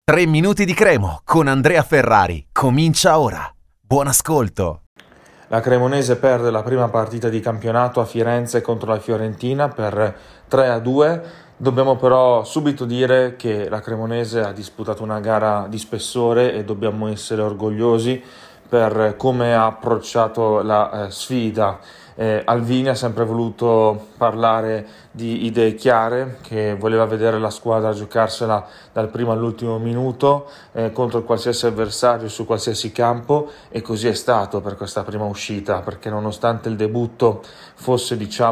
3 minuti di Cremo con Andrea Ferrari. Comincia ora. Buon ascolto. La Cremonese perde la prima partita di campionato a Firenze contro la Fiorentina per 3-2. Dobbiamo però subito dire che la Cremonese ha disputato una gara di spessore e dobbiamo essere orgogliosi per come ha approcciato la sfida. Alvini ha sempre voluto parlare di idee chiare, che voleva vedere la squadra giocarsela dal primo all'ultimo minuto contro qualsiasi avversario su qualsiasi campo, e così è stato per questa prima uscita, perché nonostante il debutto fosse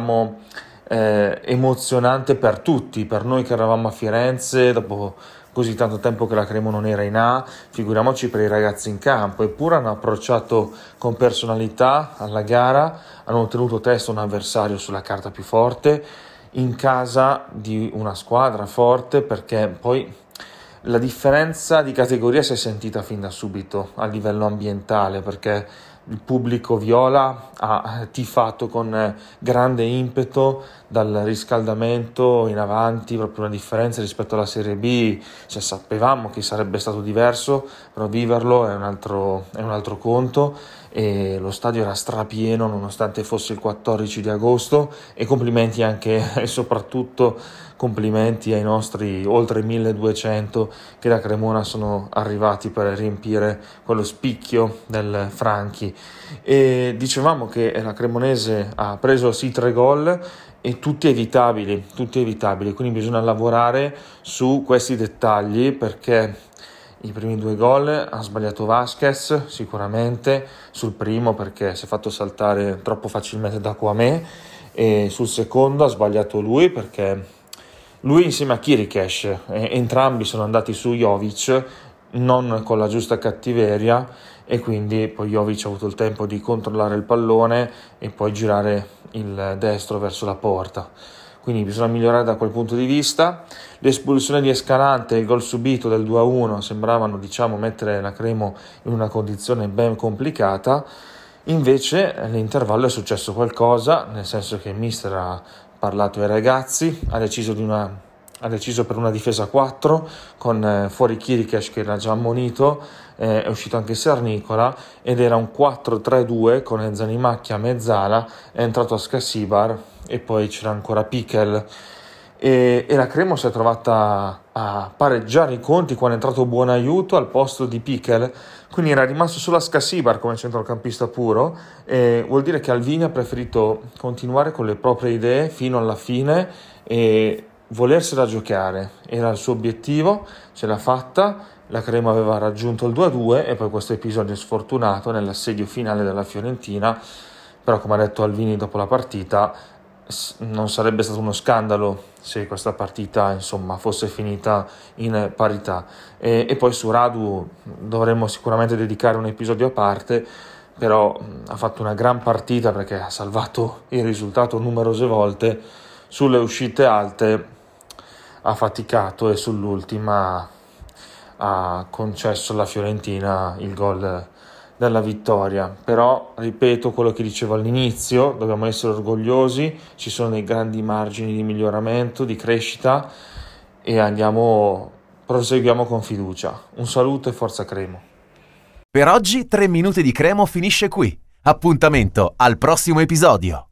emozionante per tutti, per noi che eravamo a Firenze dopo così tanto tempo che la Cremo non era in A, figuriamoci per i ragazzi in campo. Eppure hanno approcciato con personalità alla gara, hanno tenuto testa un avversario sulla carta più forte, in casa di una squadra forte, perché poi la differenza di categoria si è sentita fin da subito a livello ambientale, perché il pubblico viola ha tifato con grande impeto dal riscaldamento in avanti, proprio una differenza rispetto alla Serie B. Sapevamo che sarebbe stato diverso, però viverlo è un altro conto, e lo stadio era strapieno nonostante fosse il 14 di agosto, e complimenti anche e soprattutto complimenti ai nostri oltre 1200 che da Cremona sono arrivati per riempire quello spicchio del Franchi. E dicevamo che la Cremonese ha preso sì 3 gol, e tutti evitabili, quindi bisogna lavorare su questi dettagli, perché i primi 2 gol ha sbagliato Vasquez sicuramente, sul primo perché si è fatto saltare troppo facilmente da Kouamé, e sul secondo ha sbagliato lui perché lui insieme a Chiriches entrambi sono andati su Jovic non con la giusta cattiveria, e quindi poi Jovic ha avuto il tempo di controllare il pallone e poi girare il destro verso la porta. Quindi bisogna migliorare da quel punto di vista. L'espulsione di Escalante e il gol subito del 2-1 sembravano mettere la Cremo in una condizione ben complicata. Invece all'intervallo è successo qualcosa, nel senso che il mister ha parlato ai ragazzi, ha deciso per una difesa a 4 con fuori Chiriches che era già ammonito, è uscito anche Sernicola, ed era un 4-3-2 con Zanimacchia a mezzala, è entrato a Scasibar e poi c'era ancora Piquel, e la Cremo si è trovata a pareggiare i conti quando è entrato Buonaiuto al posto di Piquel, quindi era rimasto solo a Scasibar come centrocampista puro, e vuol dire che Alvini ha preferito continuare con le proprie idee fino alla fine e volersela giocare. Era il suo obiettivo, ce l'ha fatta. La Cremo aveva raggiunto il 2-2 e poi questo episodio sfortunato nell'assedio finale della Fiorentina, però come ha detto Alvini dopo la partita non sarebbe stato uno scandalo se questa partita fosse finita in parità, e poi su Radu dovremmo sicuramente dedicare un episodio a parte, però ha fatto una gran partita perché ha salvato il risultato numerose volte. Sulle uscite alte ha faticato, e sull'ultima ha concesso alla Fiorentina il gol della vittoria. Però ripeto quello che dicevo all'inizio, dobbiamo essere orgogliosi, ci sono dei grandi margini di miglioramento, di crescita, e proseguiamo con fiducia. Un saluto e forza Cremo. Per oggi 3 minuti di Cremo finisce qui. Appuntamento al prossimo episodio.